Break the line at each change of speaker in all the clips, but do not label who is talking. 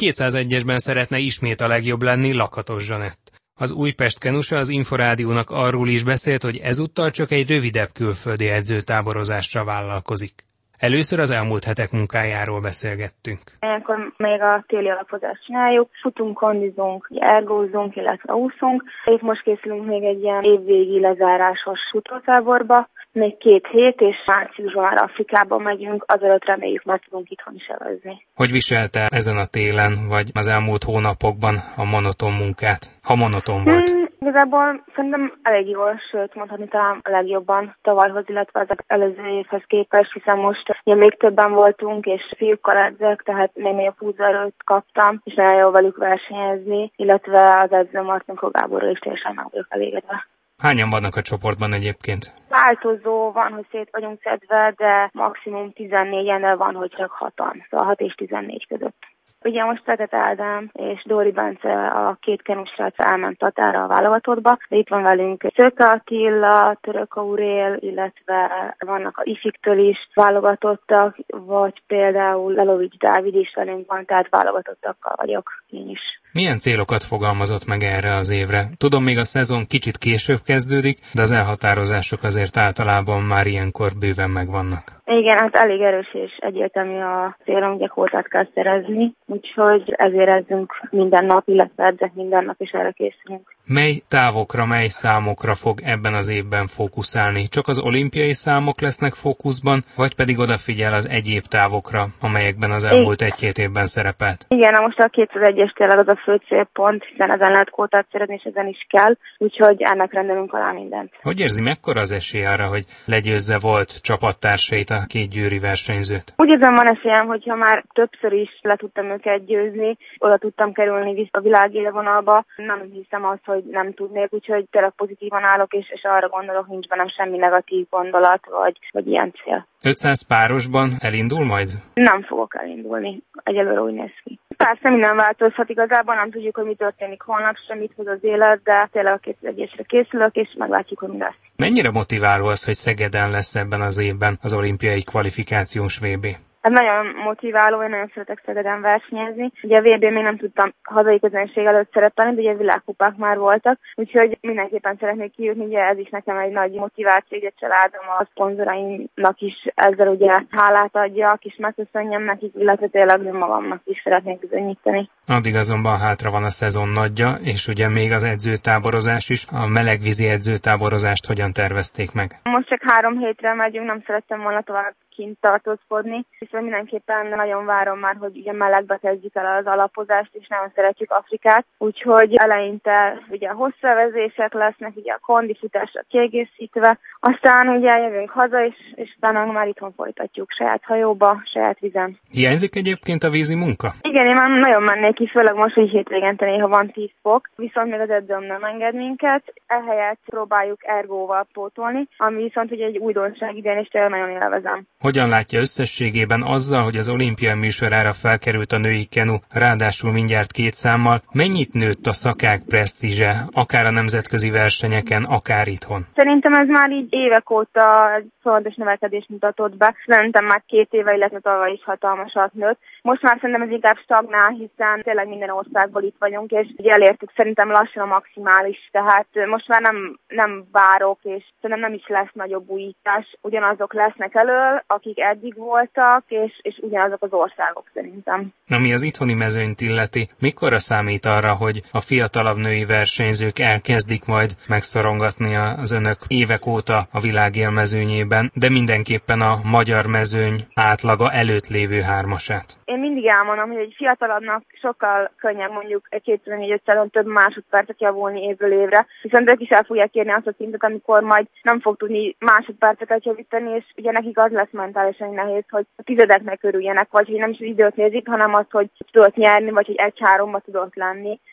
201-esben szeretne ismét a legjobb lenni Lakatos Zsanett. Az Újpest kenusa az Inforádiónak arról is beszélt, hogy ezúttal csak egy rövidebb külföldi edzőtáborozásra vállalkozik. Először az elmúlt hetek munkájáról beszélgettünk.
Ilyenkor még a téli alapozást csináljuk, futunk, kondizunk, ergózunk, illetve úszunk. Itt most készülünk még egy ilyen évvégi lezárásos futótáborba. Még 2 hét, és márciusban már Afrikába megyünk, azelőtt reméljük már tudunk itthon is elezni.
Hogy viselte ezen a télen, vagy az elmúlt hónapokban a monoton munkát, ha monoton volt?
Igazából szerintem elég jól, sőt mondhatni talán a legjobban tavalyhoz, illetve az előző évhez képest, hiszen most még többen voltunk, és fiúkkal edzek, tehát még nagyobb húzóerőt kaptam, és nagyon jól velük versenyezni, illetve az edző Martinko Gáborral is teljesen meg vagyok elégedve.
Hányan vannak a csoportban egyébként?
Változó, van, hogy szét vagyunk szedve, de maximum 14-en, van, hogy csak 6-an, szóval 6 és 14 között. Ugye most Fekete Ádám és Dóri Bence, a 2 kenusrác elment Tatára a válogatottba, de itt van velünk Szőke Attila, Török Aurél, illetve vannak a ifiktől is válogatottak, vagy például Lelovics Dávid is velünk van, tehát válogatottakkal vagyok én is.
Milyen célokat fogalmazott meg erre az évre? Tudom, még a szezon kicsit később kezdődik, de az elhatározások azért általában már ilyenkor bőven megvannak.
Igen, hát elég erős és egyértelmű a célom, ugye kvótát kell szerezni, úgyhogy ezért edzünk minden nap, illetve edzek minden nap, és erre készülünk.
Mely távokra, mely számokra fog ebben az évben fókuszálni? Csak az olimpiai számok lesznek fókuszban, vagy pedig odafigyel az egyéb távokra, amelyekben az elmúlt 1-2 évben szerepelt?
Igen, most a 201-es tényleg az a fő célpont, hiszen ezen lehet kvótát szerezni, és ezen is kell, úgyhogy ennek rendelünk alá mindent.
Hogy érzi, mekkora az esély arra, hogy legyőzze volt csapattársait, a 2 győri versenyzőt?
Úgy érzem, van esélyem, hogyha már többször is le tudtam őket győzni, oda tudtam kerülni vissza a világélvonalba, nem hiszem azt, hogy nem tudnék, úgyhogy tényleg pozitívan állok, és arra gondolok, nincs bennem semmi negatív gondolat, vagy ilyen cél.
500 párosban elindul majd?
Nem fogok elindulni, egyelőre úgy néz ki. Persze minden változhat igazából, nem tudjuk, hogy mi történik holnap, semmit hoz az élet, de tényleg a 201-esre készülök, és meglátjuk, hogy mi lesz.
Mennyire motiváló az, hogy Szegeden lesz ebben az évben az olimpiai kvalifikációs VB?
Ez nagyon motiváló, én nagyon szeretek Szegeden versenyezni. Ugye a VB még nem tudtam hazai közönség előtt szerepelni, de ugye világkupák már voltak, úgyhogy mindenképpen szeretnék kijutni, ugye ez is nekem egy nagy motiváció, hogy a családom, a szponzoraimnak is ezzel ugye hálát adjak, és megköszönjem nekik, illetve tényleg magamnak is szeretnék bizonyítani.
Addig azonban hátra van a szezon nagyja, és ugye még az edzőtáborozás is. A melegvízi edzőtáborozást hogyan tervezték meg?
Most csak 3 hétre megyünk, nem szerettem volna tovább kint tartózkodni, viszont mindenképpen nagyon várom már, hogy ugye melegbe kezdjük el az alapozást, és nagyon szeretjük Afrikát, úgyhogy eleinte ugye a hosszavezések lesznek, ugye a kondifutásra kiegészítve, aztán ugye jövünk haza, és utána már itthon folytatjuk saját hajóba, saját vizen.
Hiányzik egyébként a vízi munka?
Igen, én már nagyon mennék ki, főleg most, hogy hétvégente néha van 10 fok, viszont még az edzőm nem enged minket, ehelyett próbáljuk ergóval pótolni, ami viszont ugye egy újdonság idén, és tényleg nagyon élvezem.
Hogyan látja összességében azzal, hogy az olimpia műsorára felkerült a női kenu, ráadásul mindjárt 2 számmal, mennyit nőtt a szakák presztízse, akár a nemzetközi versenyeken, akár itthon?
Szerintem ez már így évek óta egy fontos növekedést mutatott be. Szerintem már 2 éve, illetve tavaly is hatalmasat nőtt. Most már szerintem ez inkább stagnál, hiszen tényleg minden országból itt vagyunk, és ugye elértük szerintem lassan a maximális, tehát most már nem várok, és szerintem nem is lesz nagyobb újítás. Ugyanazok lesznek elől, akik eddig voltak, és ugyanazok az országok szerintem.
Ami az itthoni mezőnyt illeti, mikorra számít arra, hogy a fiatalabb női versenyzők elkezdik majd megszorongatni az önök évek óta a világ élmezőnyében, de mindenképpen a magyar mezőny átlaga előtt lévő 3-asát?
Én mindig elmondom, hogy egy fiatalabbnak sokkal könnyebb mondjuk egy 2004-500-on több másodpercet javulni évről évre, viszont ők is el fogják érni azt a szintet, amikor majd nem fog tudni másodperceket javítani, és ugye nekik az lesz mentálisan nehéz, hogy a tizedeknek örüljenek, vagy hogy nem is az időt nézik, hanem azt, hogy tudott nyerni, vagy hogy 1-3-ba tudott lenni.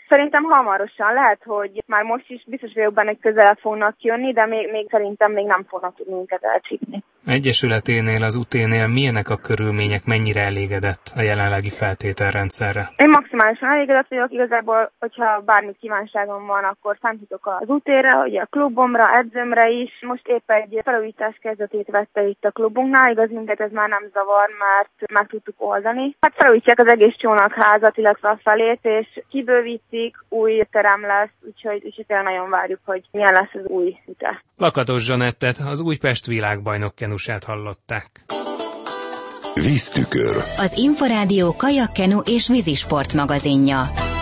Szerintem hamarosan, lehet, hogy már most is biztos vagyok benne, hogy közelebb fognak jönni, de még szerintem még nem fognak tudni minket elcsípni.
Egyesületénél, az UT-nél milyenek a körülmények, mennyire elégedett a jelenlegi feltételrendszerre?
Én maximálisan elégedett vagyok, igazából, hogyha bármi kívánságom van, akkor számítok az UT-re, ugye a klubomra, edzőmre is. Most épp egy felújítás kezdetét vette itt a klubunknál, igaz, minket ez már nem zavar, mert meg tudtuk oldani. Hát felújítják az egész csónakházat, illetve a felét, és kibővítik, új terem lesz, úgyhogy nagyon várjuk, hogy milyen lesz az új UT.
Lakatos Zsanettet, az Újpest világbajnok kenusát hallották.
Víztükör.
Az Inforádió kajakkenu és vízisport magazinja.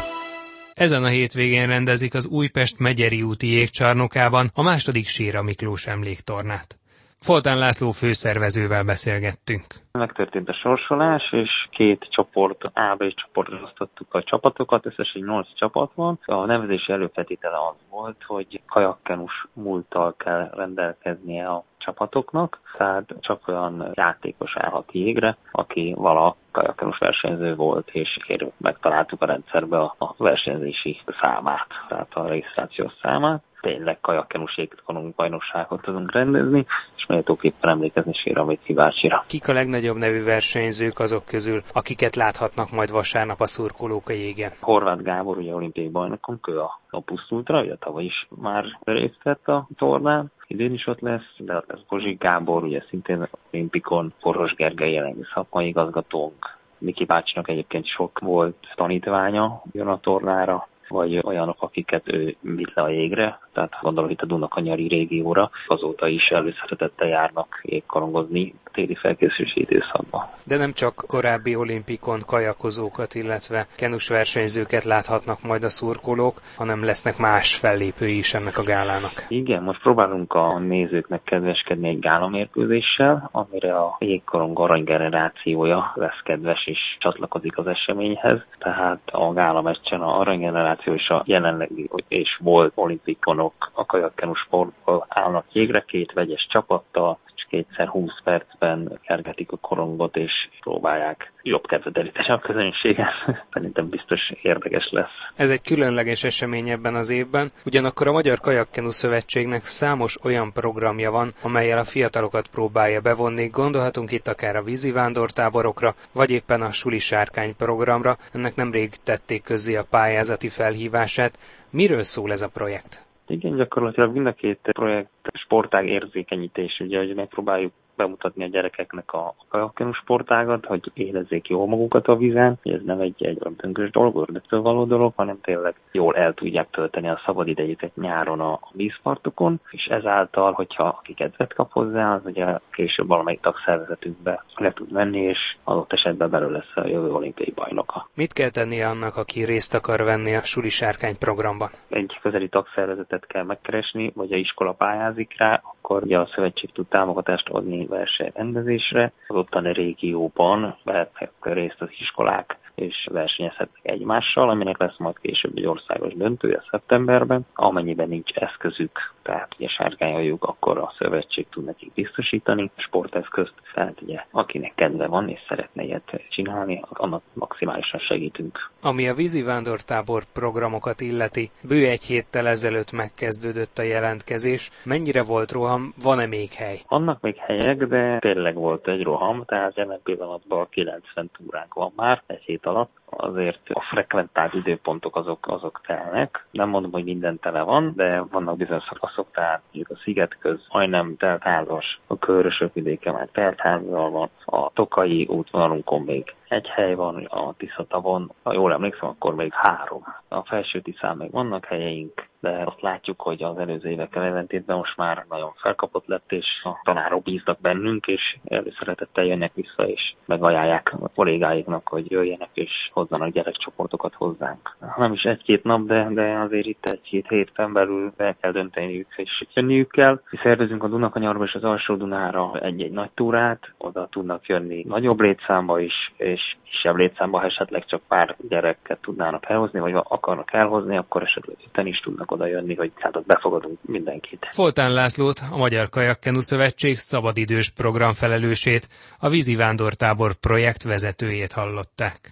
Ezen a hétvégén rendezik az Újpest Megyeri úti jégcsarnokában a második Síra Miklós emléktornát. Foltán László főszervezővel beszélgettünk.
Megtörtént a sorsolás, és 2 csoport, A-B csoportra osztottuk a csapatokat, összesen 8 csapat van. A nevezési előfeltétele az volt, hogy kajakkenus múlttal kell rendelkeznie a csapatoknak, tehát csak olyan játékos állhat jégre, aki vala kajakkenus versenyző volt, és megtaláltuk a rendszerbe a versenyzési számát, tehát a regisztrációs számát. Tényleg kajakkenus bajnokságot tudunk rendezni, és méltóképpen emlékezni Síra-Mici bácsira.
Kik a legnagyobb nevű versenyzők azok közül, akiket láthatnak majd vasárnap a szurkolók a jégen?
Horváth Gábor, ugye olimpiai bajnokunk, ő a pusztultra, ugye tavaly is már részt vett a tornán, idén is ott lesz, de ott lesz Bozsik Gábor, ugye szintén olimpikon, Forros Gergely jelenlegi szakmai igazgatónk, Miki bácsinak egyébként sok volt tanítványa, jön a tornára, vagy olyanok, akiket ő vitt le a jégre, tehát gondolom itt a Dunakanyari régióra, azóta is előszeretettel járnak jégkorongozni téli felkészülési időszakban.
De nem csak korábbi olimpikon kajakozókat, illetve kenus versenyzőket láthatnak majd a szurkolók, hanem lesznek más fellépői is ennek a gálának.
Igen, most próbálunk a nézőknek kedveskedni egy gálamérkőzéssel, amire a jégkorong aranygenerációja lesz kedves és csatlakozik az eseményhez, tehát a gálameccsen a aranygeneráció és a jelenlegi és volt olimpikonok a kajakkenus sportból állnak jégre 2 vegyes csapattal, és 2x20 percben kergetik a korongot, és próbálják jobb kedvet elíteni a közönséget. Szerintem biztos érdekes lesz.
Ez egy különleges esemény ebben az évben, ugyanakkor a Magyar Kajakkenu Szövetségnek számos olyan programja van, amellyel a fiatalokat próbálja bevonni, gondolhatunk itt akár a vízivándortáborokra, vagy éppen a Suli Sárkány programra, ennek nemrég tették közzé a pályázati felhívását. Miről szól ez a projekt?
Igen, gyakorlatilag mind a 2 projekt sportág érzékenyítés, ugye, hogy megpróbáljuk bemutatni a gyerekeknek a kajakkenu sportágat, hogy érezzék jól magukat a vízen, hogy ez nem egy döngös dolog, ördögtől való dolog, hanem tényleg jól el tudják tölteni a szabadidejüket nyáron a vízpartokon, és ezáltal, hogyha aki kedvet kap hozzá, az ugye később valamelyik tagszervezetünkbe le tud menni, és adott esetben belőle lesz a jövő olimpiai bajnoka.
Mit kell tennie annak, aki részt akar venni a Suli Sárkány programban?
Egy közeli tagszervezetet kell megkeresni, vagy a iskola pályázik rá, akkor ugye a szövetség tud támogatást adni versenyrendezésre. Az ottani régióban vehetnek részt az iskolák, és versenyezhetnek egymással, aminek lesz majd később egy országos döntője szeptemberben. Amennyiben nincs eszközük, tehát ugye sárkányoljuk, akkor a szövetség tud nekik biztosítani sporteszközt, tehát ugye akinek kedve van és szeretne ilyet csinálni, annak maximálisan segítünk.
Ami a vízivándortábor programokat illeti, bő egy héttel ezelőtt megkezdődött a jelentkezés. Mennyire volt roham, van-e még hely?
Vannak még helyek, de tényleg volt egy roham, tehát jelen pillanatban 90 túránk van már egy hét alatt. Azért a frekventált időpontok azok telnek. Nem mondom, hogy minden tele van, de vannak bizonyos szakaszok, tehát a Szigetköz majdnem teltházas, a Körösök vidéke már teltházzal van, a Tokai útvonalunkon még egy hely van, a Tiszatavon, ha jól emlékszem, akkor még 3. A Felső Tiszán még vannak helyeink, de azt látjuk, hogy az előző évekkel ellentétben most már nagyon felkapott lett, és a tanárok bíznak bennünk, és előszeretettel jönnek vissza, és megajánlják a kollégáiknak, hogy jöjjenek, és hozzanak gyerekcsoportokat hozzánk. Nem is 1-2 nap, de azért itt 1-2 héten belül el kell dönteniük, és jönniük kell. Mi szervezünk a Dunakanyarba és az Alsó-Dunára egy nagy túrát, oda tudnak jönni nagyobb létszámba is, és kisebb létszámba, ha esetleg csak pár gyereket tudnának elhozni, vagy akarnak elhozni, akkor esetleg itten is tudnak oda jönni, hogy hát ott befogadunk mindenkit.
Foltán Lászlót, a Magyar Kajakkenu Szövetség szabadidős programfelelősét, a vízivándortábor projekt vezetőjét hallották.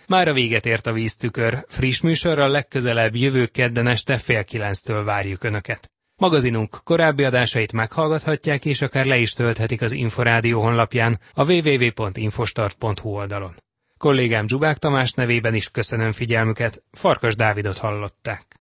Mára véget ért a Víztükör. Friss műsorral legközelebb jövő kedden este 8:30-től várjuk Önöket. Magazinunk korábbi adásait meghallgathatják, és akár le is tölthetik az Inforádió honlapján, a www.infostart.hu oldalon. Kollégám Zsubák Tamás nevében is köszönöm figyelmüket, Farkas Dávidot hallották.